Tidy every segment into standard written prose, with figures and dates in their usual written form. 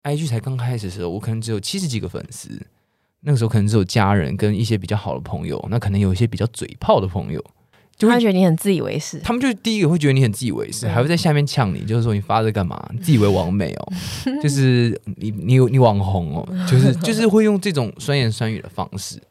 IG 才刚开始的时候，我可能只有70几个粉丝，那个时候可能只有家人跟一些比较好的朋友，那可能有一些比较嘴炮的朋友， 就会觉得你很自以为是， 他们就第一个会觉得你很自以为是，还会在下面呛你，就是说你发这干嘛？你自以为网美哦，就是你网红哦，就是会用这种酸言酸语的方式。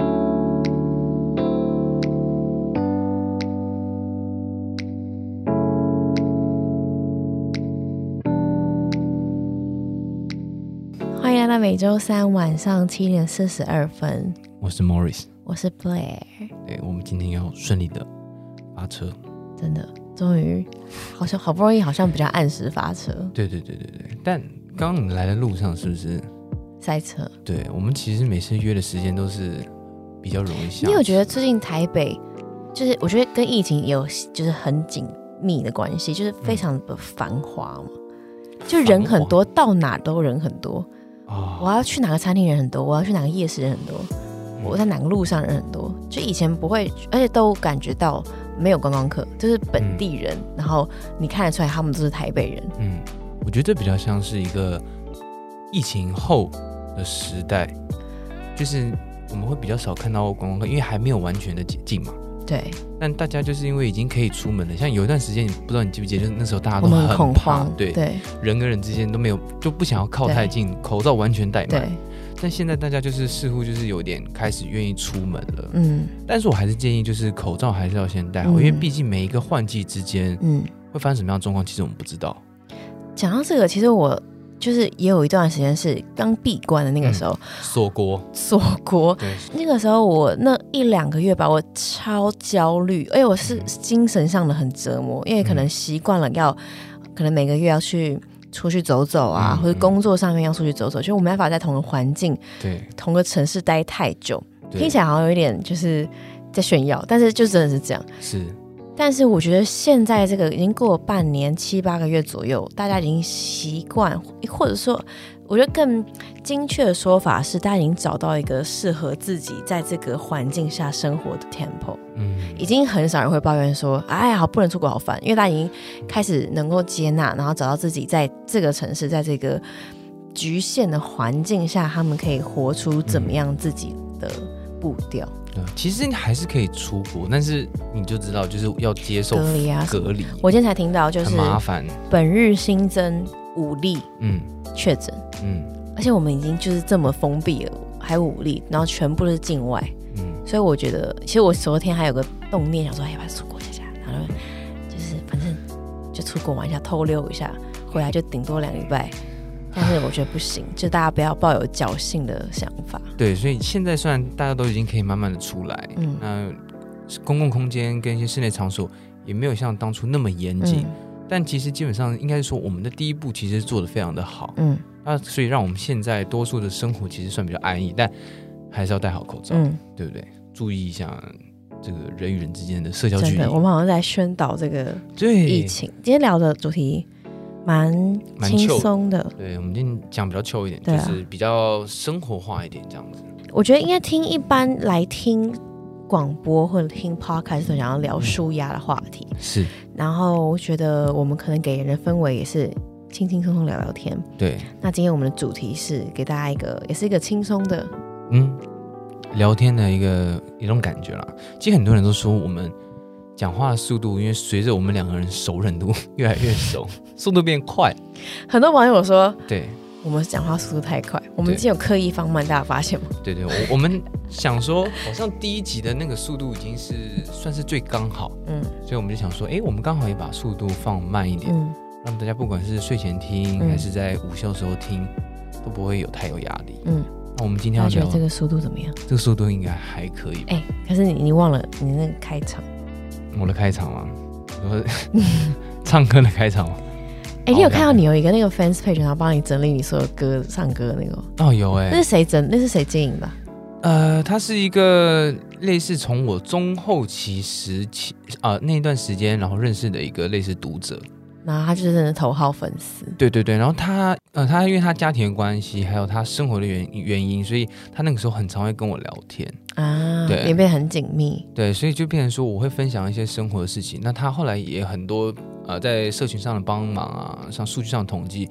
欢迎来到每周三晚上7点42分。 我是 Morris， 我是 Blair。 对，我们今天要顺利的发车， 真的，终于好不容易，好像比较按时发车。 对，但刚刚你来的路上是不是塞车？ 对，我们其实每次约的时间都是比较容易下。 你有觉得最近台北，就是我觉得跟疫情也有就是很紧密的关系，就是非常的繁华嘛，就人很多，到哪都人很多。我要去哪个餐厅人很多，我要去哪个夜市人很多，我在哪个路上人很多，就以前不会，而且都感觉到没有观光客，就是本地人，然后你看得出来他们都是台北人。 我觉得这比较像是一个疫情后的时代，就是我们会比较少看到观光客，因为还没有完全的解禁嘛。 对， 但大家就是因为已经可以出门了，像有一段时间，不知道你记不记得，就是那时候大家都很恐怕， 慌，对， 人跟人之间都没有，就不想要靠太近，口罩完全戴满。但现在大家就是似乎就是有点开始愿意出门了，但是我还是建议就是口罩还是要先戴好，因为毕竟每一个换季之间，会发生什么样的状况，其实我们不知道。 讲到这个，其实我就是也有一段时间是刚闭关的那个时候， 锁国， 那个时候我那1-2个月吧，我超焦虑，而且我是精神上的很折磨，因为可能习惯了可能每个月要出去走走啊，或者工作上面要出去走走，就我没办法在同个环境、同个城市待太久，听起来好像有一点就是在炫耀，但是就真的是这样。 是。 但是我觉得现在这个已经过了半年7-8个月左右，大家已经习惯，或者说我觉得更精确的说法是大家已经找到一个适合自己在这个环境下生活的 tempo。已经很少人会抱怨说哎呀不能出国好烦，因为大家已经开始能够接纳，然后找到自己在这个城市，在这个局限的环境下，他们可以活出怎么样自己的步调。 其实你还是可以出国，但是你就知道就是要接受隔离。 我今天才听到，就是很麻烦， 本日新增5例确诊，而且我们已经就是这么封闭了，还有5例，然后全部都是境外，所以我觉得，其实我昨天还有个动念，想说要不要出国一下，然后就是反正就出国玩一下，偷溜一下，回来就顶多2礼拜。但是我觉得不行，就大家不要抱有侥幸的想法。 对，所以现在虽然大家都已经可以慢慢的出来，那公共空间跟一些室内场所也没有像当初那么严谨，但其实基本上应该是说我们的第一步其实做得非常的好，那所以让我们现在多数的生活其实算比较安逸，但还是要戴好口罩，对不对？注意一下这个人与人之间的社交距离。 我们好像在宣导这个疫情。今天聊的主题蛮轻松的， 对，我们今天讲比较chill一点，就是比较生活化一点这样子。 我觉得应该一般来听广播或者听 podcast 都想要聊抒压的话题， 是。然后我觉得我们可能给人的氛围也是轻轻松松聊聊天。 对。 那今天我们的主题是给大家也是一个轻松的， 聊天的一种感觉啦。其实很多人都说我们讲话的速度，因为随着我们2个人熟人度越来越熟，速度变快。 很多网友说， 对， 我们讲话速度太快，我们今天有刻意放慢，大家发现吗？ 对，我们想说，好像第1集的那个速度已经是算是最刚好，所以我们就想说，我们刚好也把速度放慢一点，让大家不管是睡前听，还是在午休的时候听，都不会太有压力。那我们今天要聊， 觉得这个速度怎么样？ 这个速度应该还可以。 可是你忘了你那个开场。 我的开场吗？唱歌的开场吗？ 你有看到你有一个那个 fans page， 然后帮你整理你所有歌唱歌的那个？ 有那是谁经营的？它是一个类似从我中后期时期那一段时间，然后认识的一个类似读者。 然后他就是真的头号粉丝。 对，然后他因为他家庭的关系，还有他生活的原因，所以他那个时候很常会跟我聊天啊，对，也变得很紧密。 对，所以就变成说我会分享一些生活的事情。那他后来也很多在社群上的帮忙啊，像数据上的统计，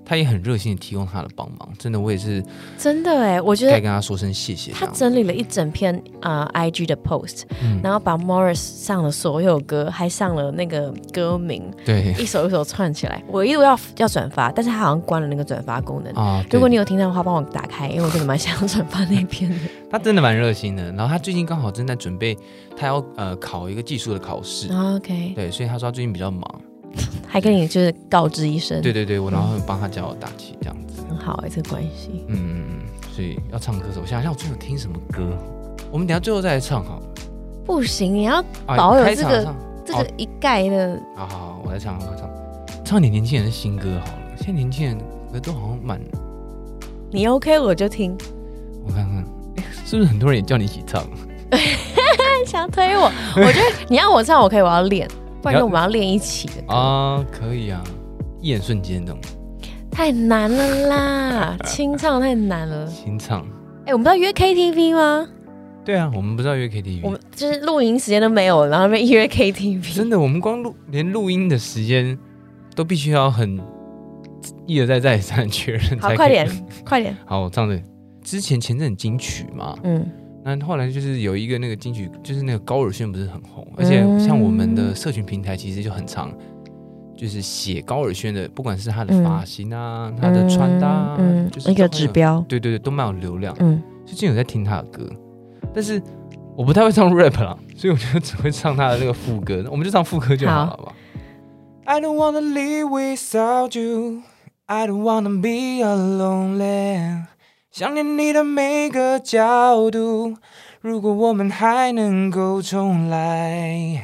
他也很热心的提供他的帮忙，真的我也是真的哎，我觉得该跟他说声谢谢。 他整理了一整篇IG 的 post，然后把 Morris 上了所有歌，还上了那个歌名， 对， 一首一首串起来。我一度要转发，但是他好像关了那个转发功能啊。 如果你有听到的话，帮我打开，因为我真的蛮想转发那篇的。 他真的蛮热心的，然后他最近刚好正在准备，他要考一个技术的考试。 OK， 对，所以他说他最近比较忙。 还跟你就是告知一声， 对，我然后帮他加油打气，这样子很好这个关系。 所以要唱歌的时候，我想想我最近有听什么歌，我们等一下最后再来唱好了。 不行，你要保有这个一概的。 好，我来唱一点年轻人的新歌好了。现在年轻人歌都好像蛮…… 你 OK 我就听。 我看看，是不是很多人也叫你一起唱？ 想推我？我觉得你要我唱，我可以，我要练。不然我们要练一起的歌可以啊，一眼瞬间那种， 太难了啦，清唱太难了。 清唱， 我们不是要约 KTV 吗？ 对啊，我们不是要约 KTV， 我们就是录音时间都没有，然后被约 KTV。 真的，我们光连录音的时间都必须要很一而再再而三确认。 好，快点。 好，我唱的之前阵金曲嘛，那后来就是有一个那个金曲，就是那个高尔宣不是很红，而且像我们的社群平台其实就很常，就是写高尔宣的，不管是他的发型啊，他的穿搭就是一个指标， 对，都蛮有流量。最近有在听他的歌，但是我不太会唱 rap 啦，所以我就只会唱他的那个副歌，我们就唱副歌就好了吧。I don't wanna live without you, I don't wanna be alone. 想念你的每个角度，如果我们还能够重来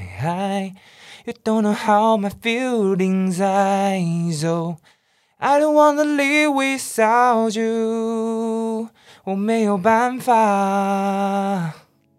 You don't know how my feelings are So I don't wanna live without you 我没有办法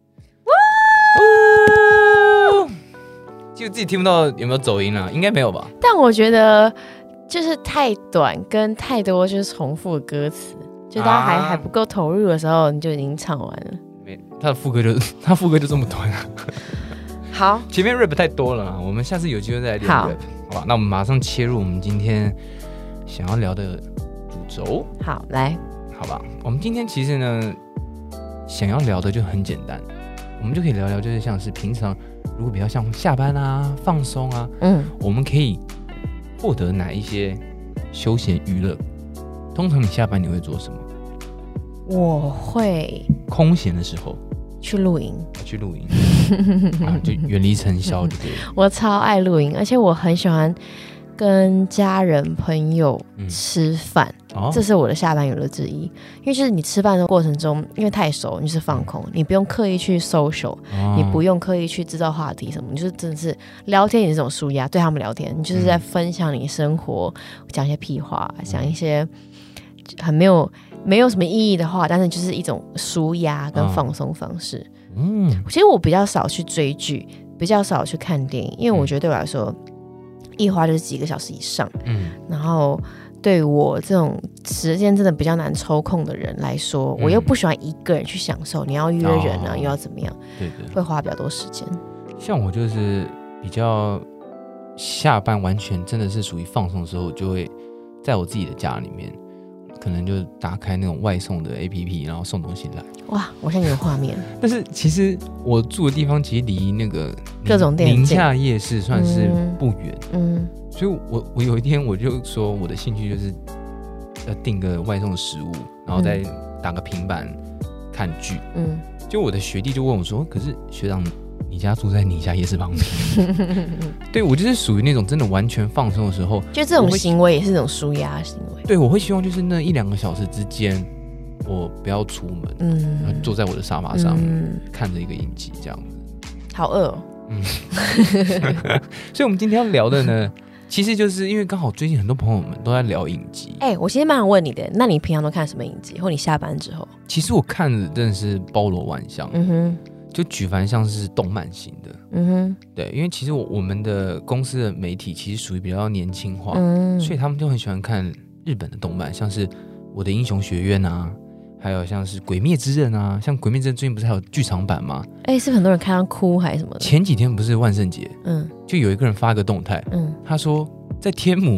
就自己听不到有没有走音啊？应该没有吧。 但我觉得就是太短跟太多就是重复的歌词，就大家还不够投入的时候，你就已经唱完了。 他副歌就这么短啊。 好， 前面 rap 太多了啦，我们下次有机会再来聊 rap。好吧，那我们马上切入我们今天想要聊的主轴。 好，来， 好吧，我们今天其实呢想要聊的就很简单，我们就可以聊聊，就是像是平常如果比较像下班啊、放松啊，我们可以获得哪一些休闲娱乐？通常你下班你会做什么？ 我会空闲的时候去露营， 就远离尘嚣就对了。 我超爱露营，而且我很喜欢跟家人朋友吃饭，这是我的下班娱乐之一。因为就是你吃饭的过程中，因为太熟，你就是放空，你不用刻意去 social，你不用刻意去制造话题什么，你就是真的是聊天，也是这种抒压。对他们聊天，你就是在分享你生活，讲一些屁话，讲一些很没有什么意义的话，但是就是一种抒压跟放松方式。其实我比较少去追剧，比较少去看电影，因为我觉得对我来说一花就是几个小时以上，然后对我这种时间真的比较难抽空的人来说，我又不喜欢一个人去享受，你要约人啊，又要怎么样，对，会花比较多时间。 像我就是比较下班完全真的是属于放松的时候，就会在我自己的家里面，可能就打开那种外送的 APP， 然后送东西来。 哇，我现在有画面。 但是其实我住的地方其实离那个各种店宁夏夜市算是不远，所以我有一天我就说我的兴趣就是要订个外送的食物，然后再打个平板看剧。就我的学弟就问我说：“可是学长，你家住在宁夏夜市旁边？”对，我就是属于那种真的完全放松的时候， 就这种行为也是一种抒压行为。 对，我会希望就是那1-2个小时之间，我不要出门，然后坐在我的沙发上，看着一个影集这样子。 好饿哦。 所以我们今天要聊的呢，其实就是因为刚好最近很多朋友们都在聊影集。 我其实蛮想问你的，那你平常都看什么影集？或你下班之后？ 其实我看的真的是包罗万象。就举凡像是动漫型的，对，因为其实我们的公司的媒体其实属于比较年轻化，所以他们就很喜欢看日本的动漫，像是我的英雄学院啊，还有像是鬼灭之刃啊，像鬼灭之刃最近不是还有剧场版吗？ 是不是很多人看到哭还是什么的？ 前几天不是万圣节，就有一个人发个动态，他说在天母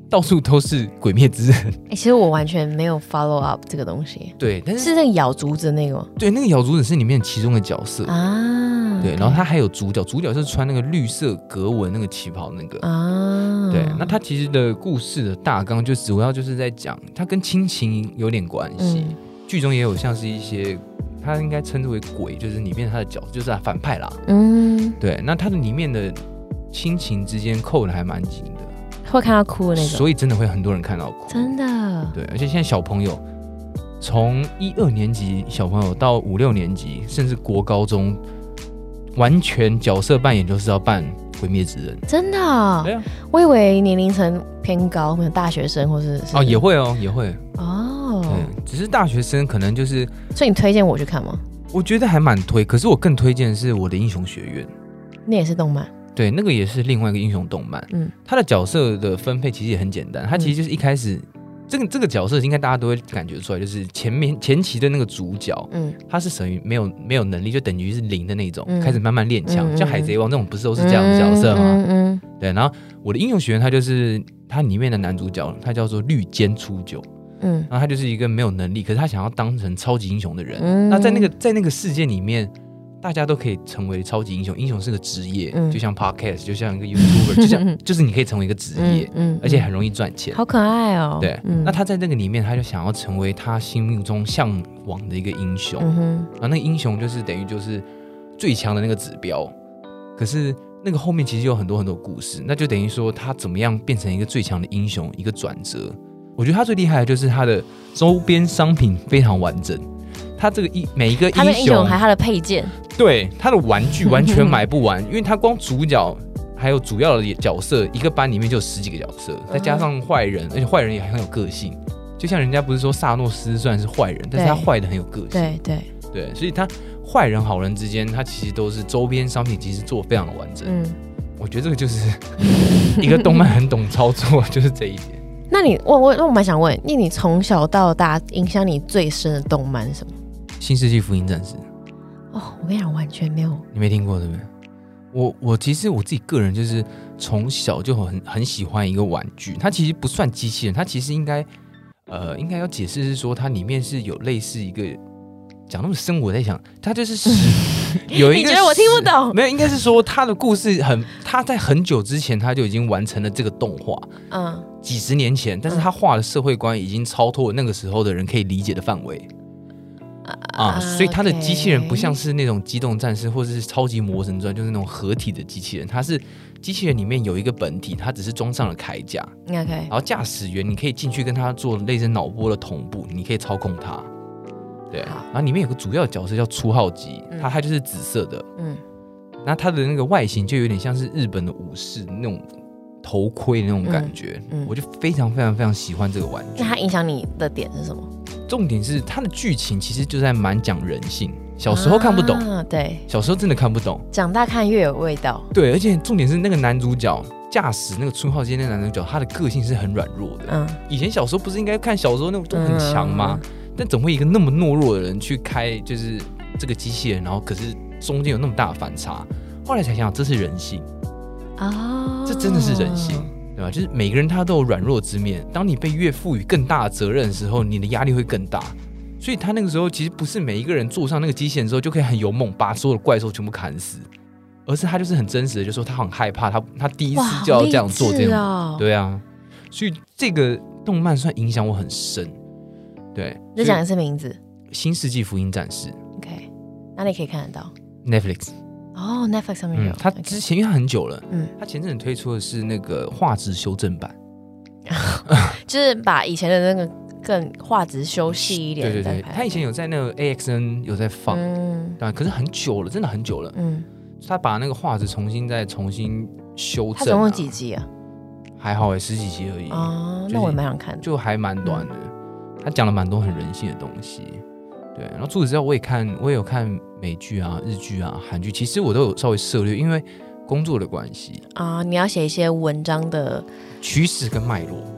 到处都是鬼灭之刃。 其实我完全没有 follow up 这个东西。 对，但是那个咬竹子那个吗？ 对，那个咬竹子是里面其中的角色啊。 对，然后他还有主角，主角是穿那个绿色格纹那个旗袍那个啊。对，那他其实的故事的大纲就主要就是在讲他跟亲情有点关系。剧中也有像是一些他应该称之为鬼，就是里面他的角色就是反派啦。对，那他的里面的亲情之间扣的还蛮紧的。 会看到哭的那种， 所以真的会很多人看到哭， 真的。 对，而且现在小朋友从1、2年级小朋友到5、6年级，甚至国高中，完全角色扮演就是要扮鬼灭之刃， 真的。对啊，我以为年龄层偏高，可能大学生或是也会哦，也会哦。 对，只是大学生可能就是。 所以你推荐我去看吗？ 我觉得还蛮推，可是我更推荐的是我的英雄学院， 那也是动漫。对， 那个也是另外一个英雄动漫。他的角色的分配其实也很简单，他其实就是一开始这个角色应该大家都会感觉出来，就是前期的那个主角，他是属于没有能力，就等于是零的那种，开始慢慢练强，像海贼王这种不是都是这样的角色吗？对，然后我的英雄学院他就是他里面的男主角，他叫做绿间初九。然后他就是一个没有能力，可是他想要当成超级英雄的人。那在那个世界里面，大家都可以成为超级英雄，英雄是个职业，就像 podcast， 就像一个 YouTuber， 就是你可以成为一个职业，而且很容易赚钱， 好可爱哦。 对，那他在那个里面，他就想要成为他心目中向往的一个英雄。然后那个英雄就是等于就是最强的那个指标，可是那个后面其实有很多很多故事，那就等于说他怎么样变成一个最强的英雄，一个转折。我觉得他最厉害的就是他的周边商品非常完整，他这个每一个英雄，他的英雄还有他的配件， 对，他的玩具完全买不完，因为他光主角还有主要的角色，一个班里面就有10几个角色，再加上坏人，而且坏人也很有个性，就像人家不是说萨诺斯虽然是坏人，但是他坏的很有个性，对，所以他坏人好人之间，他其实都是周边商品其实做非常的完整。我觉得这个就是一个动漫很懂操作，就是这一点。 那我蛮想问，你从小到大影响你最深的动漫是什么？ 新世纪福音战士。 我跟你讲，完全没有， 你没听过对不对？我其实我自己个人就是从小就很喜欢一个玩具，它其实不算机器人，它其实应该要解释是说它里面是有类似一个。讲那么深，我在想，他就是有一个， 你觉得我听不懂？ 没有，应该是说他的故事他在很久之前他就已经完成了这个动画，几十年前，但是他画的社会观已经超脱了那个时候的人可以理解的范围所以他的机器人不像是那种机动战士或者是超级魔神传，就是那种合体的机器人，它是机器人里面有一个本体，它只是装上了铠甲，然后驾驶员你可以进去跟他做类似脑波的同步，你可以操控它。对，然后里面有个主要角色叫初号机，它就是紫色的，那它的那个外形就有点像是日本的武士那种头盔的那种感觉，我就非常非常非常喜欢这个玩具。 那它影响你的点是什么？ 重点是它的剧情其实就在蛮讲人性，小时候看不懂， 对， 小时候真的看不懂， 长大看越有味道。 对，而且重点是那个男主角驾驶那个初号机那个男主角，他的个性是很软弱的。以前小时候不是应该看小时候那种都很强吗？但怎么会一个那么懦弱的人去开就是这个机器人，然后可是中间有那么大的反差，后来才想想这是人性这真的是人性，对吧？就是每个人他都有软弱之面，当你被越赋予更大的责任的时候，你的压力会更大。所以他那个时候其实不是每一个人坐上那个机器人之后就可以很勇猛把所有的怪兽全部砍死，而是他就是很真实的，就说他很害怕，他第一次就要这样做，这样对啊。所以这个动漫算影响我很深。对， 再讲一次名字， 新世纪福音战士。 OK， 哪里可以看得到？ Netflix。 Netflix 上面有。 他之前因为他很久了，他前阵子推出的是那个画质修正版就是把以前的那个更画质修细一点。 对，他以前有在那个 AXN 有在放，对，可是很久了，真的很久了。他把那个画质重新修正。他总共几集啊？ 还好10几集而已。 那我也蛮想看的， 就还蛮短的。他讲了蛮多很人性的东西，对。然后除此之外，我也有看美剧啊、日剧啊、韩剧，其实我都有稍微涉猎，因为工作的关系你要写一些文章的趋势跟脉络。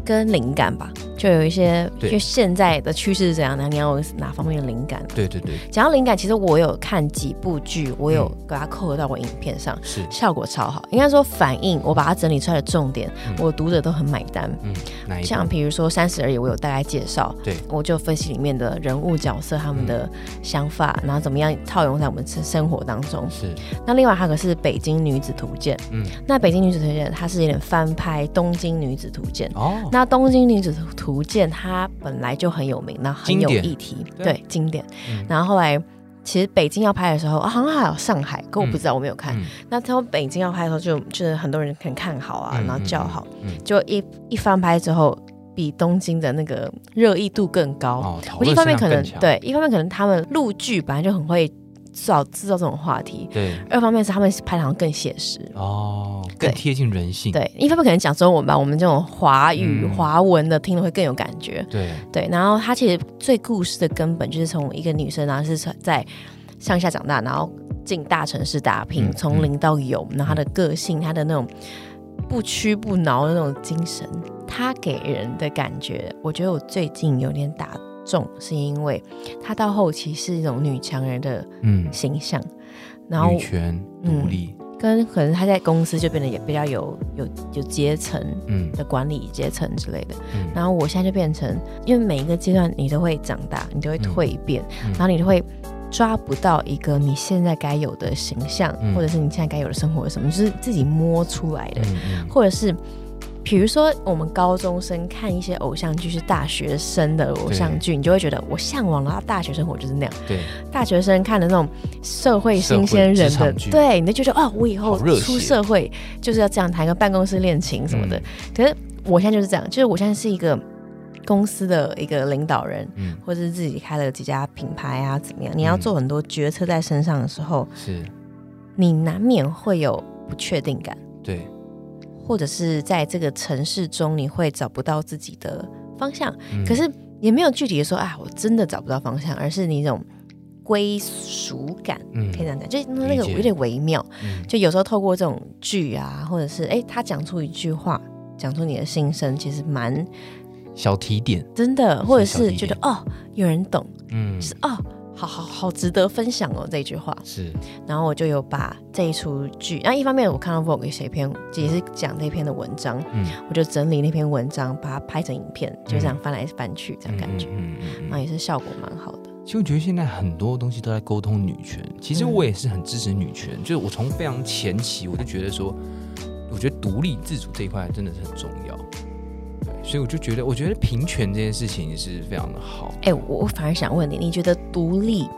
跟灵感吧，就有一些，就现在的趋势是怎样的，你要有哪方面的灵感？ 对对对。 讲到灵感，其实我有看几部剧，我有给它扣合到我影片上， 是效果超好。应该说反应，我把它整理出来的重点，我读者都很买单。 哪一部？ 像比如说30而已，我有大概介绍， 对， 我就分析里面的人物角色他们的想法，然后怎么样套用在我们生活当中。 是。 那另外还有个是《北京女子图鉴》，那《北京女子图鉴》它是有点翻拍《东京女子图鉴》哦。那《东京女子图鉴》它本来就很有名，那很有议题，对，经典。然后后来其实北京要拍的时候，好像还有上海，可我不知道，我没有看。那他们北京要拍的时候就是很多人很看好啊，然后叫好，就一翻拍之后，比东京的那个热议度更高。我一方面可能对，一方面可能他们陆剧本来就很会制造这种话题， 对。 二方面是他们拍的好像更写实更贴近人性。 对，一方面可能讲中文吧，我们这种华语、华文的听了会更有感觉。对。然后他其实最故事的根本就是从一个女生，然后是在乡下长大，然后进大城市打拼，从零到有，然后她的个性，她的那种不屈不挠的那种精神，她给人的感觉，我觉得我最近有点打中，是因为她到后期是一种女强人的形象，然后女权独立。 跟可能他在公司就变得也比较有阶层的管理阶层之类的，然后我现在就变成，因为每一个阶段你都会长大，你都会蜕变，然后你都会抓不到一个你现在该有的形象，或者是你现在该有的生活是什么，就是自己摸出来的，或者是比如说我们高中生看一些偶像剧是大学生的偶像剧，你就会觉得我向往了大学生活就是那样。 对， 大学生看的那种社会新鲜人的，对，你就觉得我以后出社会就是要这样谈个办公室恋情什么的。可是我现在就是这样，就是我现在是一个公司的一个领导人，或者是自己开了几家品牌啊，怎么样？你要做很多决策在身上的时候， 是你难免会有不确定感。 对。 或者是在这个城市中你会找不到自己的方向，可是也没有具体的说我真的找不到方向，而是你这种归属感，可以这样讲，就那个有点微妙，就有时候透过这种剧啊，或者是他讲出一句话，讲出你的心声，其实蛮小提点， 真的，或者是觉得有人懂，就是好值得分享这一句话是。 然后我就有把这一出剧，然后一方面我看到 Vogue 写一篇也是讲那篇的文章，我就整理那篇文章把它拍成影片，就这样翻来翻去这样感觉，然后也是效果蛮好的。 其实我觉得现在很多东西都在沟通女权，其实我也是很支持女权，就是我从非常前期我就觉得说，我觉得独立自主这一块真的是很重要。所以我就觉得，我觉得平权这件事情也是非常的好。 我反而想问你，你觉得独立，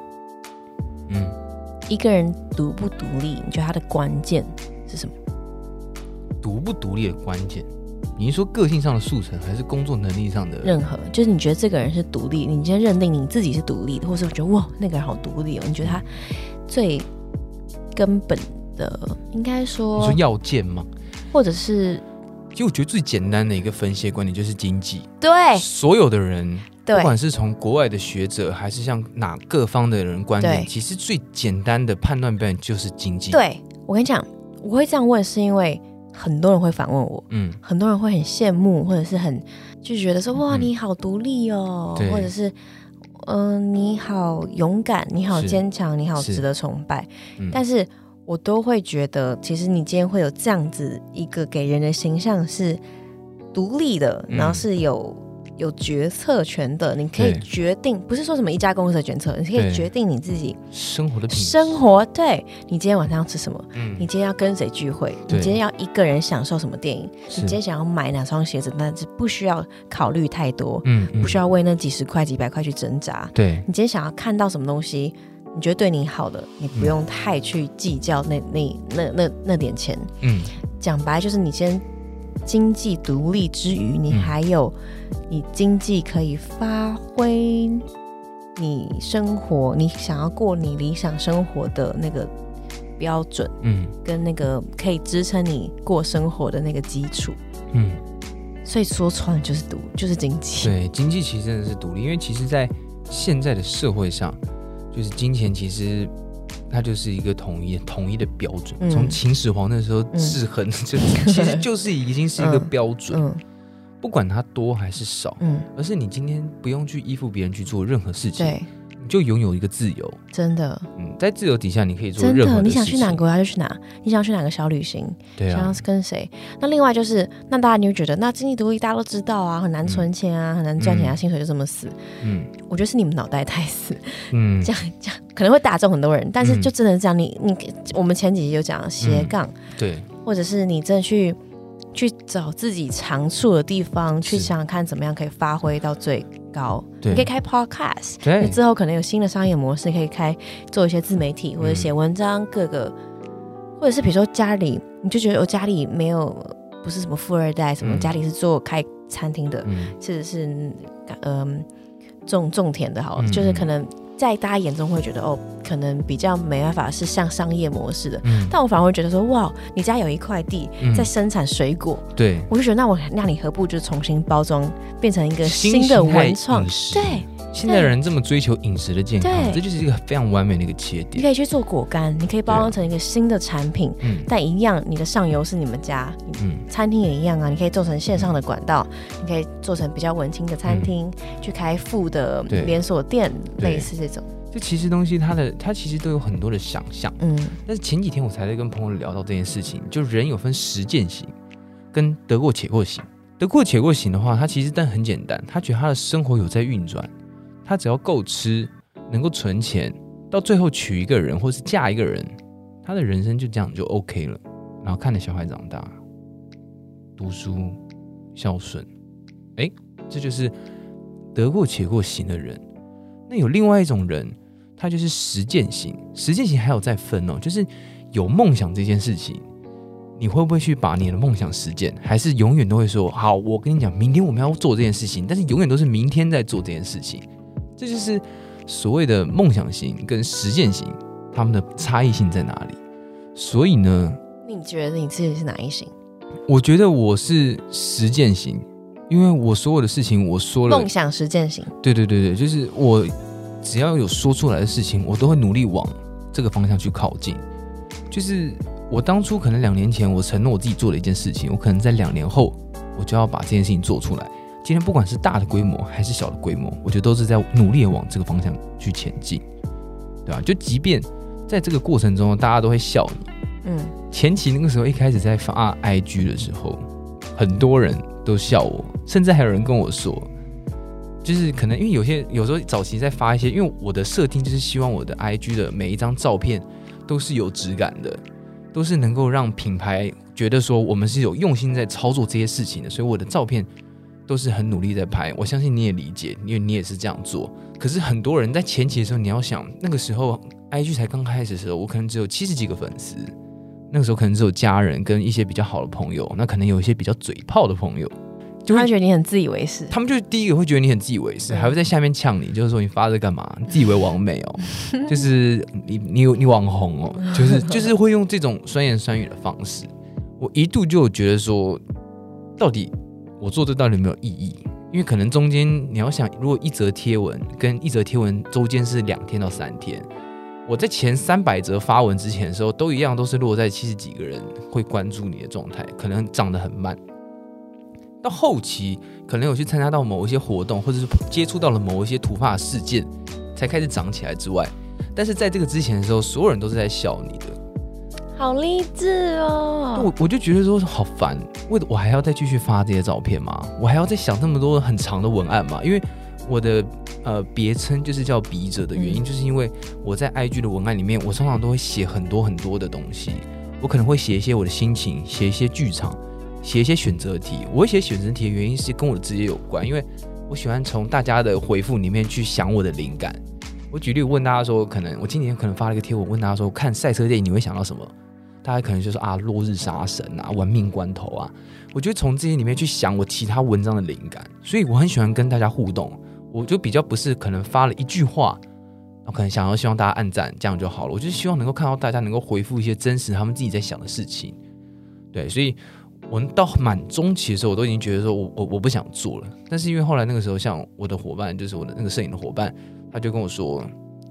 一个人独不独立，你觉得他的关键是什么？ 独不独立的关键，你是说个性上的速成，还是工作能力上的？ 任何，就是你觉得这个人是独立，你今天认定你自己是独立的，或是我觉得那个人好独立你觉得他最根本的，应该说， 你说要件吗？ 或者是？ 其实我觉得最简单的一个分析观点就是经济。 对， 所有的人，不管是从国外的学者，还是像哪各方的人观点，其实最简单的判断标准就是经济。 对，我跟你讲，我会这样问，是因为很多人会反问我，很多人会很羡慕，或者是就觉得说哇，你好独立哦，或者是你好勇敢，你好坚强，你好值得崇拜，但是。我都会觉得，其实你今天会有这样子一个给人的形象是独立的，然后是有决策权的，你可以决定，不是说什么一家公司的决策，你可以决定你自己生活的品质。 对，你今天晚上要吃什么？你今天要跟谁聚会？你今天要一个人享受什么电影？你今天想要买哪双鞋子？那是不需要考虑太多，不需要为那几十块、几百块去挣扎。 对， 你今天想要看到什么东西？你觉得对你好的，你不用太去计较那点钱。讲白就是你先经济独立之余，你还有你经济可以发挥你生活，你想要过你理想生活的那个标准，跟那个可以支撑你过生活的那个基础。所以说穿就是经济。对， 经济其实真的是独立，因为其实在现在的社会上。就是金钱其实它就是一个统一的标准，从秦始皇那时候制衡，其实就是已经是一个标准。 不管它多还是少，而是你今天不用去依附别人去做任何事情， 对， 你就拥有一个自由。 真的， 在自由底下，你可以做任何的事情。 真的，你想去哪个国家就去哪，你想去哪个小旅行， 对啊， 想要跟谁？那另外就是，那大家你会觉得，那经济独立大家都知道啊，很难存钱啊，很难赚钱啊，薪水就这么死。我觉得是你们脑袋太死。这样可能会打中很多人，但是就真的这样，我们前几集就讲斜杠， 对， 或者是你真的去找自己长处的地方，去想想看怎么样可以发挥到最高。你可以开 podcast， 你之后可能有新的商业模式，可以做一些自媒体或者写文章，各个，或者是比如说家里，你就觉得我家里不是什么富二代，什么家里是开餐厅的，或者是种田的，好了，就是可能在大家眼中会觉得可能比较没办法是像商业模式的，但我反而会觉得说，哇，你家有一块地在生产水果， 对， 我就觉得那你何不就重新包装，变成一个新的文创？对， 现在人这么追求饮食的健康，这就是一个非常完美的一个切点。 你可以去做果干，你可以包装成一个新的产品，但一样，你的上游是你们家，餐厅也一样啊，你可以做成线上的管道，你可以做成比较文青的餐厅，去开副的连锁店，类似这种。 这其实东西它其实都有很多的想象，但是前几天我才在跟朋友聊到这件事情，就人有分实践型跟得过且过型。得过且过型的话，他其实但很简单，他觉得他的生活有在运转，他只要够吃，能够存钱，到最后娶一个人或是嫁一个人，他的人生就这样就 OK 了。然后看着小孩长大，读书，孝顺，这就是得过且过型的人。那有另外一种人，他就是实践型。实践型还有再分哦，就是有梦想这件事情，你会不会去把你的梦想实践，还是永远都会说好，我跟你讲，明天我们要做这件事情，但是永远都是明天在做这件事情。这就是所谓的梦想型跟实践型，他们的差异性在哪里？所以呢， 你觉得你自己是哪一型？ 我觉得我是实践型。因为我所有的事情我说了， 梦想实践型， 对，就是我只要有说出来的事情，我都会努力往这个方向去靠近。就是我当初可能2年前我承诺我自己做了一件事情，我可能在2年后我就要把这件事情做出来。今天不管是大的规模还是小的规模，我觉得都是在努力的往这个方向去前进，对吧？就即便在这个过程中大家都会笑你，前期那个时候一开始在发 IG 的时候，很多人都笑我，甚至还有人跟我说，就是可能因为有时候早期在发一些，因为我的设定就是希望我的 IG 的每一张照片都是有质感的，都是能够让品牌觉得说我们是有用心在操作这些事情的，所以我的照片都是很努力在拍。我相信你也理解，因为你也是这样做。可是很多人在前期的时候，你要想那个时候 IG 才刚开始的时候，我可能只有70几个粉丝，那个时候可能只有家人跟一些比较好的朋友，那可能有一些比较嘴炮的朋友， 就会觉得你很自以为是。 他们就第一个会觉得你很自以为是，还会在下面呛你，就是说你发这干嘛？你自以为网美哦，就是你网红哦，就是会用这种酸言酸语的方式。我一度就觉得说，到底我做这到底有没有意义？因为可能中间你要想，如果一则贴文跟一则贴文中间是2天到3天。我在前300则发文之前的时候，都一样，都是落在70几个人会关注你的状态，可能涨得很慢。到后期，可能有去参加到某一些活动，或者是接触到了某一些突发事件，才开始涨起来之外，但是在这个之前的时候，所有人都是在笑你的。 好励志哦！ 我就觉得说好烦，我还要再继续发这些照片吗？我还要再想那么多很长的文案吗？因为我的别称就是叫笔者的原因，就是因为我在 IG 的文案里面，我通常都会写很多很多的东西。我可能会写一些我的心情，写一些剧场，写一些选择题。我会写选择题的原因是跟我的职业有关，因为我喜欢从大家的回复里面去想我的灵感。我举例问大家说，我今年可能发了一个贴文，问大家说，看赛车电影你会想到什么？大家可能就说落日杀神啊，玩命关头啊。我就从这些里面去想我其他文章的灵感，所以我很喜欢跟大家互动。我就比较不是可能发了一句话，我可能希望大家按赞，这样就好了。我就是希望能够看到大家能够回复一些真实他们自己在想的事情。对，所以我到满中期的时候，我都已经觉得说我不想做了。但是因为后来那个时候，像我的伙伴，就是我的那个摄影的伙伴，他就跟我说，你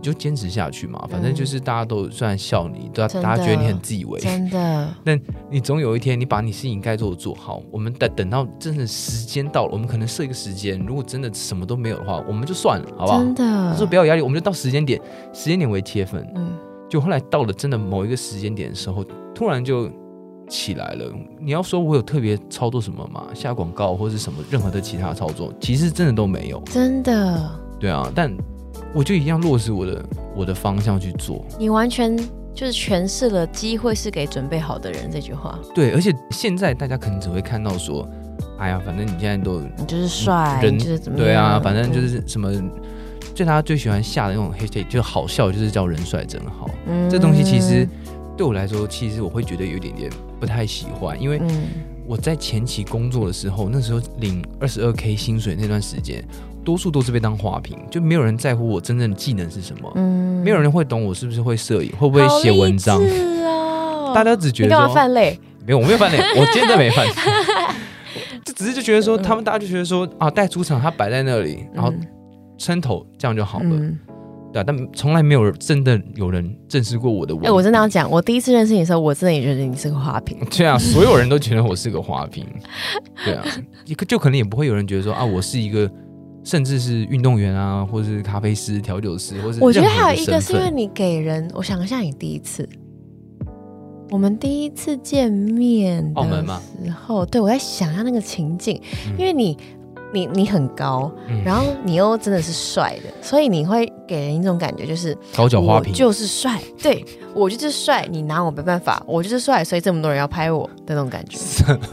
就坚持下去嘛，反正就是大家都虽然笑你，大家觉得你很自以为， 真的， 但你总有一天你把你事情该做的做好，我们等到真的时间到了，我们可能设一个时间，如果真的什么都没有的话，我们就算了，好不好？ 真的， 说不要有压力，我们就到时间点为切分，就后来到了真的某一个时间点的时候，突然就起来了。你要说我有特别操作什么吗？下广告或是什么任何的其他操作，其实真的都没有， 真的。 对啊，但我就一样落实我的方向去做。你完全就是诠释了机会是给准备好的人这句话。 对，而且现在大家可能只会看到说，哎呀，反正你现在都你就是帅，你就是怎么样？ 对啊，反正就是什么。大家最喜欢下的那种 hashtag 就好笑，就是叫人帅真好。这东西其实对我来说，其实我会觉得有点点不太喜欢，因为我在前期工作的时候，那时候领22K 薪水那段时间，多数都是被当花瓶，就没有人在乎我真正的技能是什么，没有人会懂我是不是会摄影，会不会写文章。大家只觉得说你干嘛犯累？ 没有，我没有犯累，我今天真没犯。只是就觉得说，大家就觉得说啊，带出场他摆在那里，然后撑头这样就好了，对啊，但从来没有真的有人正视过我的文字。 我真的要讲，我第一次认识你的时候，我真的也觉得你是个花瓶。 对啊，所有人都觉得我是个花瓶。对啊，就可能也不会有人觉得说啊，我是一个甚至是运动员啊，或是咖啡师、调酒师，或是我觉得还有一个是因为你给人，我想一下，你第一次。我们第一次见面的时候，对，我在想一下那个情境，因为你很高，然后你又真的是帅的，所以你会给人一种感觉，就是高脚花瓶， 我就是帅，对，我就是帅，你拿我没办法，我就是帅，所以这么多人要拍我的那种感觉。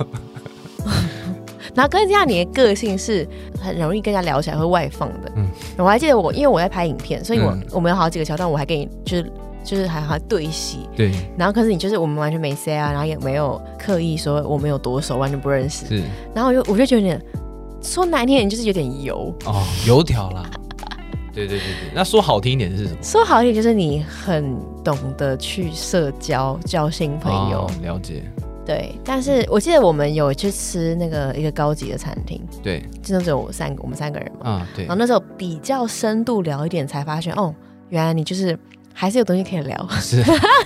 然后跟这样，你的个性是很容易跟人家聊起来会外放的。我还记得因为我在拍影片，所以我们有好几个桥段，我还跟你就是还对戏， 对， 然后可是你就是我们完全没 say 啊，然后也没有刻意说我们有多熟，完全不认识， 是， 然后我就觉得有点说难听点就是有点油哦，油条啦。对，那说好听一点是什么？ 说好听点就是你很懂得去社交，交新朋友， 了解。 对，但是我记得我们有去吃那个一个高级的餐厅， 对， 真的只有我们三个人嘛， 对。 然后那时候比较深度聊一点，才发现哦，原来你就是还是有东西可以聊， 是，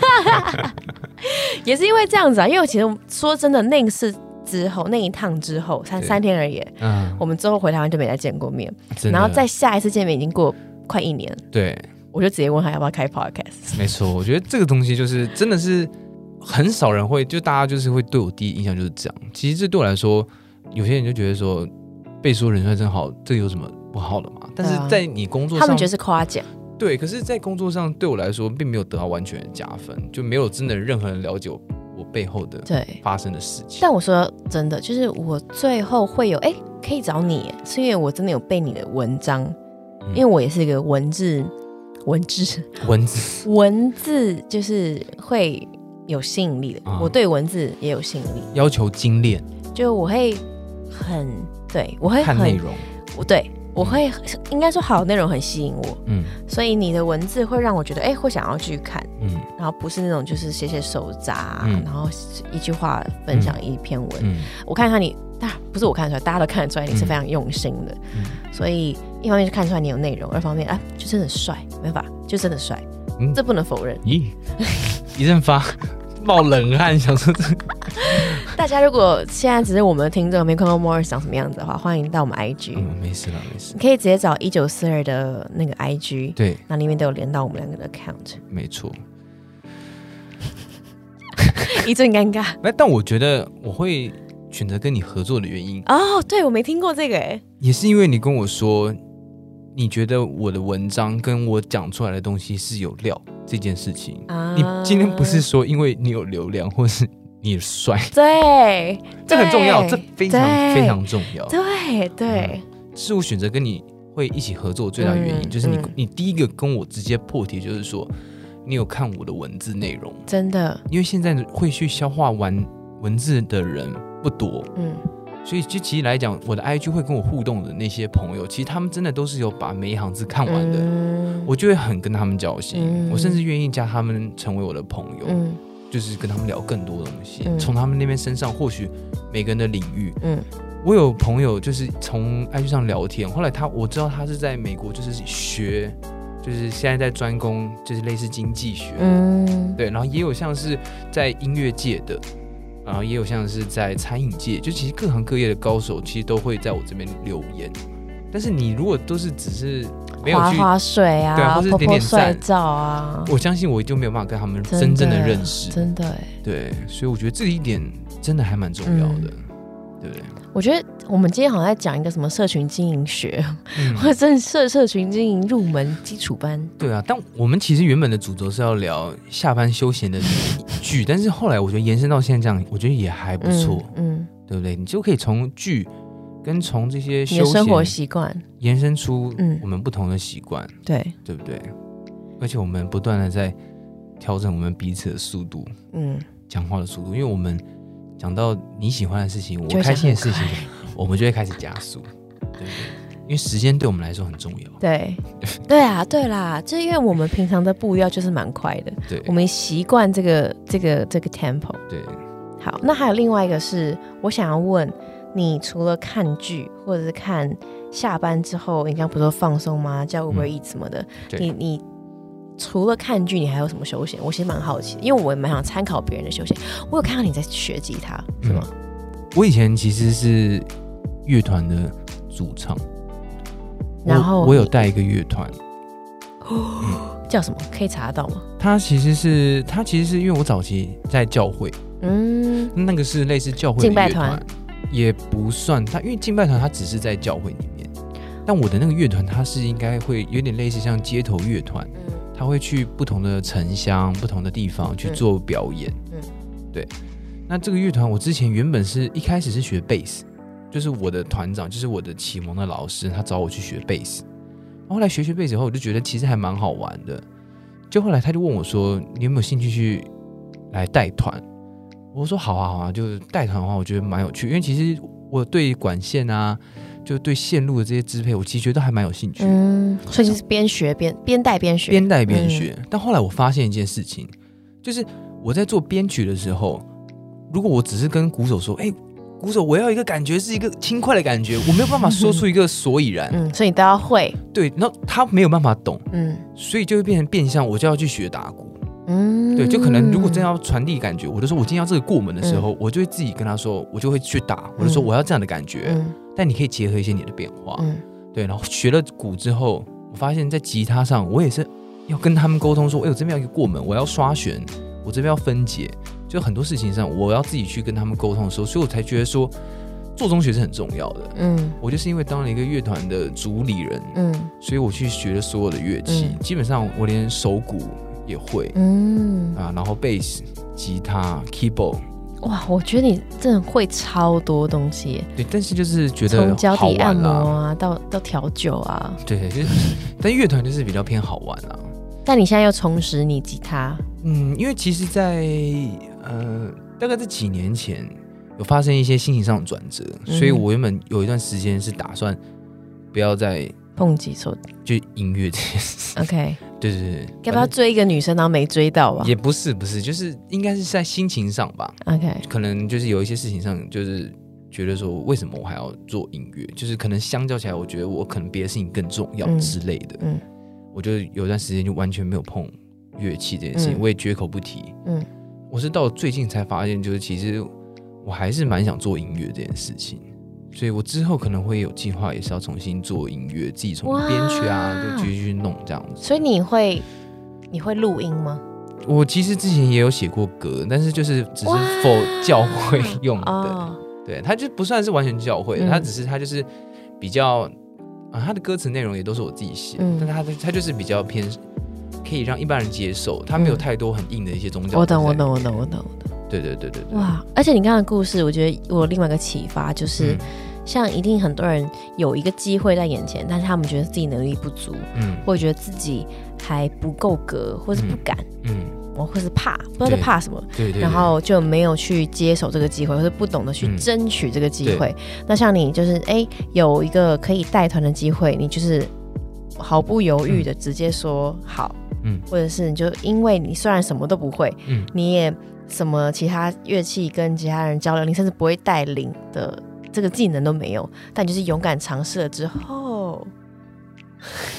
也是因为这样子啊，因为我其实说真的，那一趟之后三天而已，我们之后回台湾就没再见过面，然后再下一次见面已经过快1年， 对， 我就直接问他要不要开 podcast。 没错，我觉得这个东西就是真的是很少人会，就大家就是会对我第一印象就是这样。其实这对我来说，有些人就觉得说被说人帅真好，这有什么不好的嘛？但是在你工作上， 他们觉得是夸奖。 对，可是在工作上对我来说并没有得到完全的加分，就没有真的任何人了解我背后的发生的事情。 但我说真的，就是我最后会有可以找你，是因为我真的有背你的文章，因为我也是一个文字就是会有吸引力的，我对文字也有吸引力， 要求精炼， 就我会我会看内容， 我会应该说好的内容很吸引我，所以你的文字会让我觉得会想要继续看，然后不是那种就是写手札，然后一句话分享一篇文，我看看你，不是我看得出来，大家都看得出来你是非常用心的，所以一方面就看出来你有内容，二方面就真的帅，没办法，就真的帅，这不能否认。咦， 一阵冒冷汗，想说大家如果现在只是我们的听众没看过 Morris 长什么样子的话，欢迎到我们 IG。 没事， 你可以直接找1942的那个 IG， 对， 那里面都有连到我们两个的 account。 没错。 一阵尴尬。 但我觉得我会选择跟你合作的原因， 对，我没听过这个也是因为你跟我说，你觉得我的文章跟我讲出来的东西是有料这件事情。你今天不是说因为你有流量，或是你帅， 对， 这很重要，这非常非常重要。 对， 是我选择跟你会一起合作最大的原因，就是你第一个跟我直接破题，就是说你有看我的文字内容， 真的， 因为现在会去消化完文字的人不多，所以就其实来讲，我的 IG 会跟我互动的那些朋友，其实他们真的都是有把每一行字看完的，我就会很跟他们交心，我甚至愿意加他们成为我的朋友，就是跟他们聊更多东西，从他们那边身上或许每个人的领域，我有朋友就是从 IG 上聊天，后来我知道他是在美国就是学就是现在在专攻就是类似经济学，对，然后也有像是在音乐界的，然后也有像是在餐饮界，就其实各行各业的高手其实都会在我这边留言。但是你如果都是只是没有去划水啊， 对，或是点点赞照啊， 我相信我就没有办法跟他们真正的认识， 真的对，所以我觉得这一点真的还蛮重要的，对不对？ 我觉得我们今天好像在讲一个什么社群经营学，或者社群经营入门基础班。 对啊，但我们其实原本的主轴是要聊下班休闲的剧，但是后来我觉得延伸到现在这样，我觉得也还不错，对不对？你就可以从剧跟从这些休闲生活习惯延伸出我们不同的习惯， 对不对？而且我们不断的在调整我们彼此的速度，讲话的速度，因为我们讲到你喜欢的事情，我开心的事情，我们就会开始加速，对不对？因为时间对我们来说很重要。 对啊，对啦，就因为我们平常的步调就是蛮快的，对，我们习惯这个 tempo。对，好，那还有另外一个是，我想要问你，除了看剧或者是看下班之后，你刚不是说放松吗？叫 Uber Eats 什么的，你除了看剧，你还有什么休闲？我其实蛮好奇的，因为我也蛮想参考别人的休闲。我有看到你在学吉他，是吗？ 我以前其实是乐团的主唱，然后我有带一个乐团， 叫什么？可以查得到吗？ 它其实是因为我早期在教会，那个是类似教会的乐团，敬拜团也不算，它因为敬拜团它只是在教会里面，但我的那个乐团它是应该会有点类似像街头乐团。他会去不同的城乡、不同的地方去做表演。对。那这个乐团，我之前原本是一开始是学贝斯，就是我的团长，就是我的启蒙的老师，他找我去学贝斯。后来学贝斯以后，我就觉得其实还蛮好玩的。就后来他就问我说：“你有没有兴趣去来带团？”我说：“好啊，好啊。”就是带团的话，我觉得蛮有趣，因为其实我对管线啊。就对线路的这些支配，我其实觉得还蛮有兴趣。 所以就是边学边带边学， 边带边学。但后来我发现一件事情，就是我在做编曲的时候，如果我只是跟鼓手说：“鼓手，我要一个感觉是一个轻快的感觉”，我没有办法说出一个所以然。 所以你都要会。对， 然后他没有办法懂。所以就会变成变相，我就要去学打鼓。对，就可能如果真要传递感觉，我就说我今天要这个过门的时候，我就会自己跟他说，我就会去打，我就说我要这样的感觉。但你可以结合一些你的变化，对。然后学了鼓之后，我发现在吉他上，我也是要跟他们沟通说，我这边要一个过门，我要刷弦，我这边要分解，就很多事情上我要自己去跟他们沟通的时候，所以我才觉得说，做中学是很重要的。我就是因为当了一个乐团的主理人，所以我去学了所有的乐器，基本上我连手鼓也会，然后贝斯、吉他、keyboard。 哇，我觉得你真的会超多东西耶。 对，但是就是觉得从脚底按摩啊，到调酒啊， 对，就是，但乐团就是比较偏好玩啦。 但你现在又重拾你吉他， 因为其实在，大概在几年前有发生一些心情上的转折，所以我原本有一段时间是打算不要再碰击手， 就音乐这件事。 OK。 对， 要不要追一个女生然后没追到吧？ 也不是，就是应该是在心情上吧。 OK， 可能就是有一些事情上，就是觉得说为什么我还要做音乐？就是可能相较起来，我觉得我可能别的事情更重要之类的。我就有段时间就完全没有碰乐器这件事情，我也绝口不提。我是到最近才发现，就是其实我还是蛮想做音乐这件事情。所以我之后可能会有计划，也是要重新做音乐，自己从编曲啊，就继续去弄这样子。 所以你会录音吗？ 我其实之前也有写过歌，但是就是只是 for 教会用的。对，它就不算是完全教会，它就是比较它的歌词内容也都是我自己写，但它就是比较偏可以让一般人接受，它没有太多很硬的一些宗教。 我懂。对。哇！而且你刚刚的故事，我觉得我有另外一个启发就是。像一定很多人有一个机会在眼前，但是他们觉得自己能力不足，或者觉得自己还不够格，或是不敢，或是怕，不知道在怕什么， 对， 然后就没有去接手这个机会，或是不懂得去争取这个机会。那像你就是有一个可以带团的机会，你就是毫不犹豫的直接说好，或者是你就因为你虽然什么都不会，你也什么其他乐器跟其他人交流，你甚至不会带领的。这个技能都没有，但就是勇敢尝试了之后，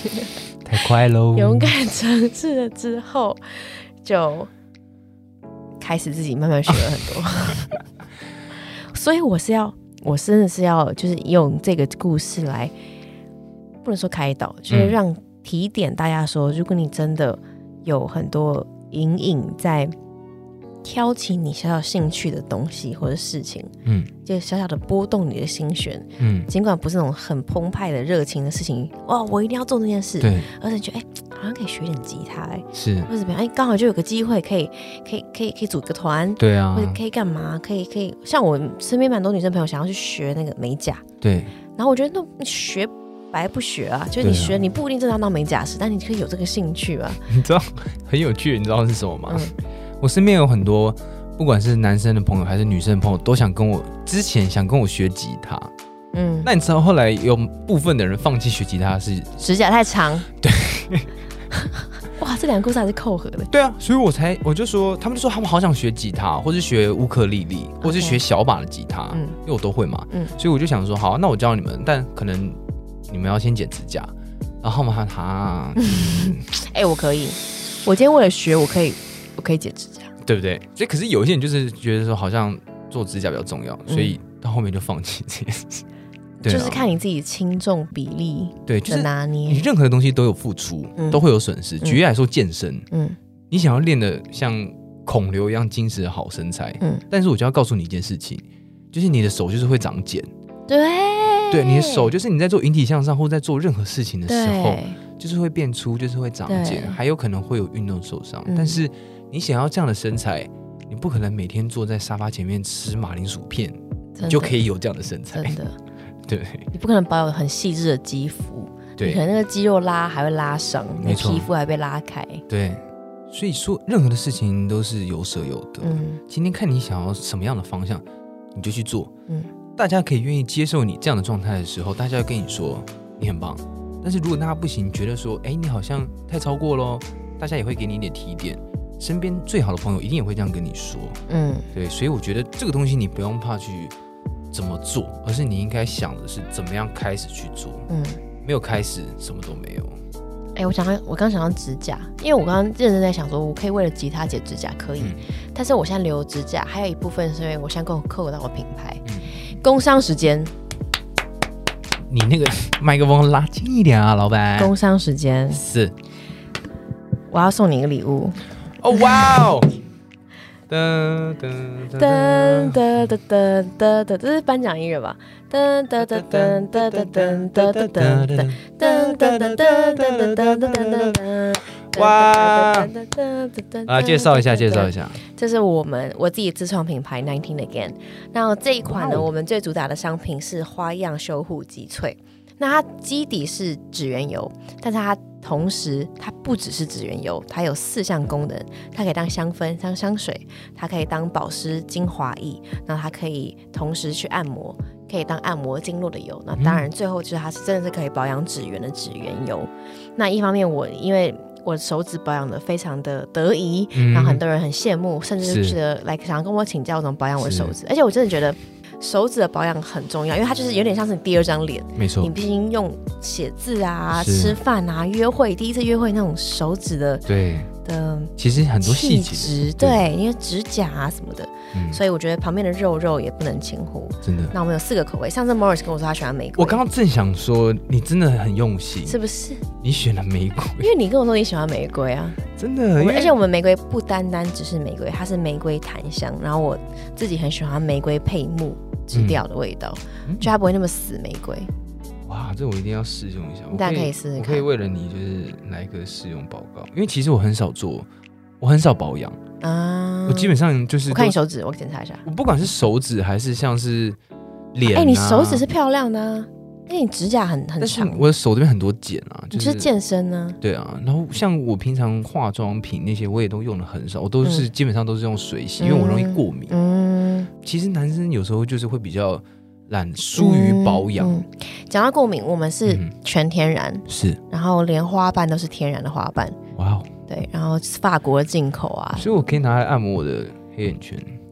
太快喽！ 勇敢尝试了之后，就开始自己慢慢学了很多。所以我真的是要，就是用这个故事来，不能说开导，就是让提点大家说，如果你真的有很多隐隐在挑起你小小兴趣的东西或者事情，就小小的波动你的心弦，尽管不是那种很澎湃的热情的事情，哇，我一定要做这件事，对，而且觉得好像可以学点吉他， 是， 或者怎么样，刚好就有个机会可以组个团， 对啊， 或者可以干嘛，可以，像我身边蛮多女生朋友想要去学那个美甲， 对， 然后我觉得那学白不学啊，就是你学，你不一定真的要当美甲师，但你可以有这个兴趣吧。你知道很有趣，你知道是什么吗？我身边有很多，不管是男生的朋友还是女生的朋友，都之前想跟我学吉他。那你知道后来有部分的人放弃学吉他是指甲太长。 对， 哇，这两个故事还是扣合的。 对啊，所以我就说，他们就说他们好想学吉他，或是学乌克丽丽，或是学小把的吉他，因为我都会嘛。所以我就想说，好，那我教你们，但可能你们要先剪指甲。然后他我可以，我今天为了学，我可以剪指甲， 对不对？所以可是有一些人就是觉得说，好像做指甲比较重要，所以到后面就放弃这件事。 就是看你自己轻重比例的拿捏， 你任何东西都有付出，都会有损失。举例来说，健身，你想要练得像孔刘一样精实的好身材，但是我就要告诉你一件事情，就是你的手就是会长茧。对，你的手就是你在做引体向上或在做任何事情的时候，就是会变粗，就是会长茧，还有可能会有运动受伤。但是你想要这样的身材，你不可能每天坐在沙发前面吃马铃薯片，你就可以有这样的身材。 真的， 对， 你不可能保有很细致的肌肤，对，可能那个肌肉还会拉伤，你的皮肤还被拉开。 对，所以说任何的事情都是有舍有得。今天看你想要什么样的方向，你就去做。大家可以愿意接受你这样的状态的时候，大家会跟你说你很棒。但是如果大家不行，觉得说你好像太超过咯，大家也会给你一点提点。身边最好的朋友一定也会这样跟你说。对，所以我觉得这个东西你不用怕去怎么做，而是你应该想的是怎么样开始去做。没有开始什么都没有。 我刚想到指甲，因为我刚刚认真在想说，我可以为了吉他剪指甲可以，但是我现在留指甲还有一部分是因为我现在扣合到我品牌。工商时间， 你那个麦克风拉近一点啊，老板。 工商时间是， 我要送你一个礼物。 哦，哇哦！ 噔噔噔噔噔噔噔，这是颁奖音乐吧？噔噔噔噔噔噔噔噔噔噔噔噔噔噔噔噔噔。 哇！介绍一下， 这是我自己自创品牌 19 Again。那这一款呢，我们最主打的商品是花样修护极萃。那它基底是指缘油，但是它同时它不只是指缘油，它有4项功能。它可以当香氛、当香水，它可以当保湿精华液，那它可以同时去按摩，可以当按摩经络的油。那当然最后就是它是真的是可以保养指缘的指缘油。那一方面因为我手指保养的非常的得宜，然后很多人很羡慕，甚至觉得想要跟我请教怎么保养我的手指。而且我真的觉得手指的保养很重要，因为它就是有点像是你第2张脸。 没错， 你必须用写字啊、吃饭啊、约会，第一次约会那种手指的其实很多细节， 对，因为指甲啊什么的，所以我觉得旁边的肉也不能轻忽。真的。那我们有4个口味，上次 Morris 跟我说他喜欢玫瑰， 我刚刚正想说你真的很用心， 是不是？ 你选了玫瑰， 因为你跟我说你喜欢玫瑰啊， 真的。 而且我们玫瑰不单单只是玫瑰，它是玫瑰檀香，然后我自己很喜欢玫瑰配木质调的味道，就它不会那么死玫瑰。 哇，这我一定要试用一下。 大家可以试试看。 我可以为了你就是来一个试用报告，因为其实我很少保养啊。我基本上就是我看你手指，我检查一下。 我不管是手指还是像是脸啊， 你手指是漂亮的啊，因为你指甲很长。但是我的手这边很多茧啊， 就是健身呢。 对啊，然后像我平常化妆品那些我也都用的很少，我都是基本上都是用水洗，因为我容易过敏。其实男生有时候就是会比较疏于保养。 讲到过敏，我们是全天然， 是， 然后连花瓣都是天然的花瓣。 哇哦， 对，然后法国进口啊， 所以我可以拿来按摩我的黑眼圈。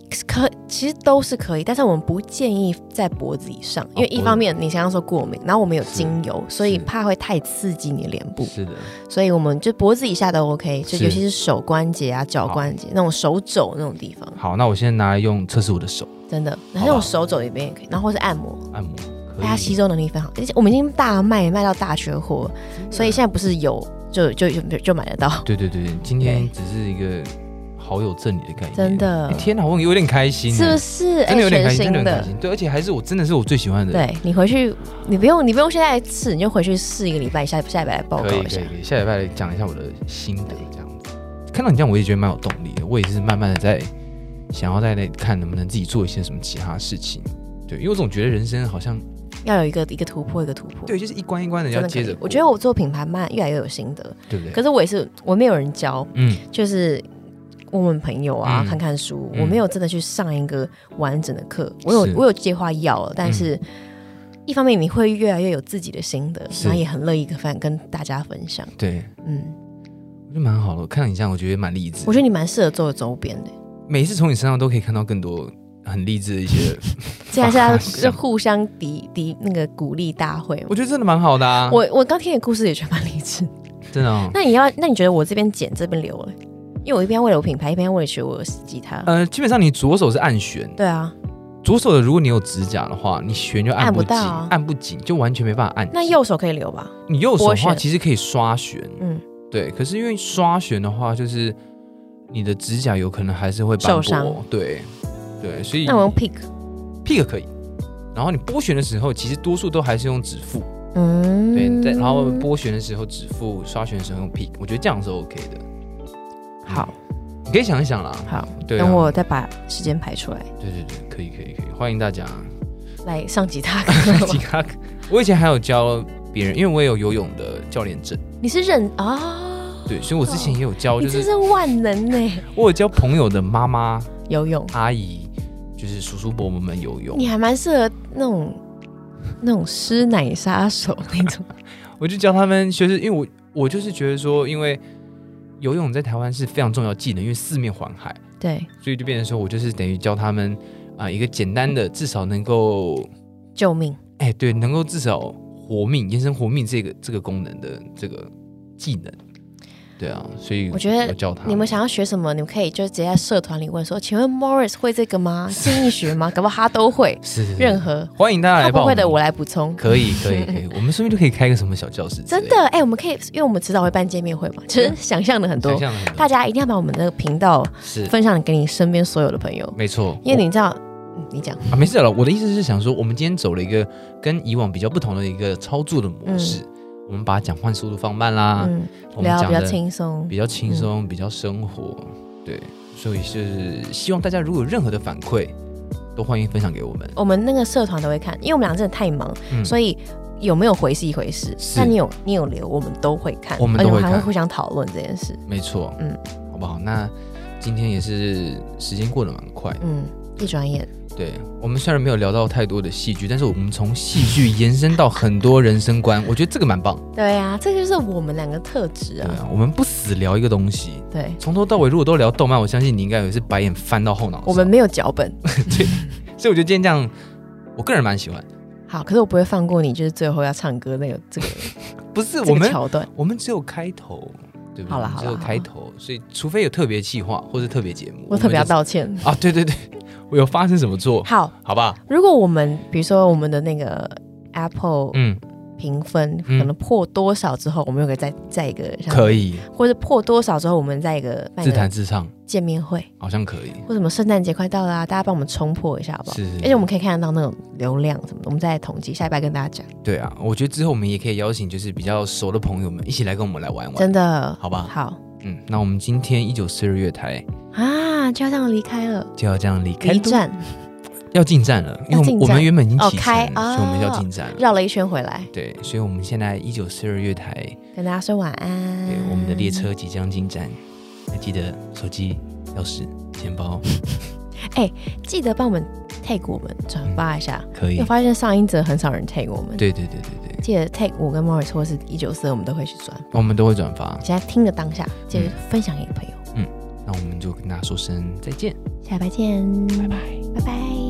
其实都是可以，但是我们不建议在脖子以上，因为一方面你刚刚说过敏，然后我们有精油，所以怕会太刺激你脸部。 是的， 所以我们就脖子以下都 OK， 就尤其是手关节啊、脚关节那种手肘那种地方。 好，那我现在拿来用测试我的手， 真的，那种手肘里边也可以，然后或是按摩，它吸收能力非常好，而且我们已经大卖到大缺货，所以现在不是有就买得到。 对，今天只是一个好友赠礼的概念， 真的。 天哪，我有点开心， 是不是？ 真的有点开心，真的有点开心。对，而且还是真的是我最喜欢的。 对，你回去，你不用现在试，你就回去试1个礼拜，下礼拜来报告一下。 可以，下礼拜来讲一下我的心得，这样子。看到你这样，我也觉得蛮有动力的。我也是慢慢的在想要在看能不能自己做一些什么其他事情。对，因为我总觉得人生好像要有一个突破，一个突破。 对，就是一关一关的要接着。 我觉得我做品牌越来越有心得， 对不对？ 可是我没有人教，就是问问朋友啊，看看书，我没有真的去上一个完整的课。我有计划要了，但是一方面你会越来越有自己的心得，然后也很乐意跟大家分享。 对，我觉得蛮好的。我看到你这样，我觉得蛮励志。 我觉得你蛮适合做周边的， 每一次从你身上都可以看到更多很励志的一些。 现在是互相抵那个鼓励大会， 我觉得真的蛮好的啊。 我刚听的故事也觉得蛮励志， 真的哦。 那你觉得我这边剪这边留了？因为我一边为了我品牌，一边为了学我的吉他。 基本上你左手是按弦， 对啊， 左手的如果你有指甲的话，你弦就按不紧，按不紧就完全没办法按。 那右手可以留吧？ 你右手的话其实可以刷弦，对。可是因为刷弦的话，就是你的指甲有可能还是会受伤，对，所以那我用 pick 可以。然后你拨弦的时候，其实多数都还是用指腹，对，然后拨弦的时候指腹，刷弦的时候用 pick， 我觉得这样是 OK 的。 好， 你可以想一想啦。 好，对，等我再把时间排出来。 对，可以，欢迎大家来上吉他课。 吉他课，我以前还有教别人，因为我也有游泳的教练证。 你是对，所以我之前也有教， 你真是万能呢。 我有教朋友的妈妈游泳， 阿姨就是叔叔伯伯们游泳。 你还蛮适合那种师奶杀手那种。 我就教他们，就是因为我就是觉得说，因为游泳在台湾是非常重要的技能，因为四面环海， 对， 所以就变成说我就是等于教他们一个简单的，至少能够救命， 对，能够至少活命，延伸活命这个功能的这个技能，对啊，所以我觉得教他你们想要学什么，你们可以就直接在社团里问说，请问 Morris 会这个吗？建议学吗？搞不好他都会，是任何欢迎大家来报名， 他不会的我来补充， 可以，我们顺便就可以开个什么小教室， 真的，我们可以，因为我们迟早会办见面会嘛，其实想象的很多，大家一定要把我们的频道分享给你身边所有的朋友， 没错， 因为你知道。你讲没事了。我的意思是想说，我们今天走了一个跟以往比较不同的一个操作的模式，我们把讲话速度放慢啦，我们讲的比较轻松，比较生活，对，所以是希望大家如果有任何的反馈，都欢迎分享给我们。 我们那个社团都会看，因为我们俩真的太忙，所以有没有回是一回事，但你有留，我们都会看， 我们都会看， 而且还会互相讨论这件事。 没错，好不好？那今天也是时间过得蛮快， 一转眼。 对，我们虽然没有聊到太多的戏剧，但是我们从戏剧延伸到很多人生观，我觉得这个蛮棒。 对啊，这就是我们两个特质啊。 对啊，我们不死聊一个东西， 对， 从头到尾如果都聊动漫，我相信你应该也是白眼翻到后脑勺。 我们没有脚本， 对，所以我觉得今天这样，我个人蛮喜欢。 好，可是我不会放过你，就是最后要唱歌那个这个不是我们桥段， 我们只有开头。对不对？ 好了， 只有开头，所以除非有特别企划或是特别节目， 我特别要道歉啊！对，我有发生什么错？好吧。 如果我们比如说我们的那个 Apple 评分可能破多少之后，我们又可以再一个可以， 或者破多少之后，我们再一个自弹自唱见面会， 好像可以。 或者什么圣诞节快到了啊，大家帮我们冲破一下好不好？而且我们可以看得到那种流量什么的，我们再来统计，下一拜跟大家讲。 对啊，我觉得之后我们也可以邀请就是比较熟的朋友们一起来跟我们来玩玩， 真的， 好吧？ 好。 那我们今天1942月台就要这样离开了， 离站，要进站了，因为我们原本已经启程，所以我们要进站了， 绕了一圈回来。 对，所以我们现在1942月台跟大家说晚安。 对，我们的列车即将进站，还记得手机、钥匙、钱包。 记得帮我们 tag 我们转发一下， 可以。 我发现上一则很少人 tag 我们， 对， 记得 tag 我跟 Morris 或是194，我们都会去转， 我们都会转发。 现在听的当下，记得分享给你的朋友。 那我们就跟大家说声再见， 下礼拜见， 拜拜， 拜拜。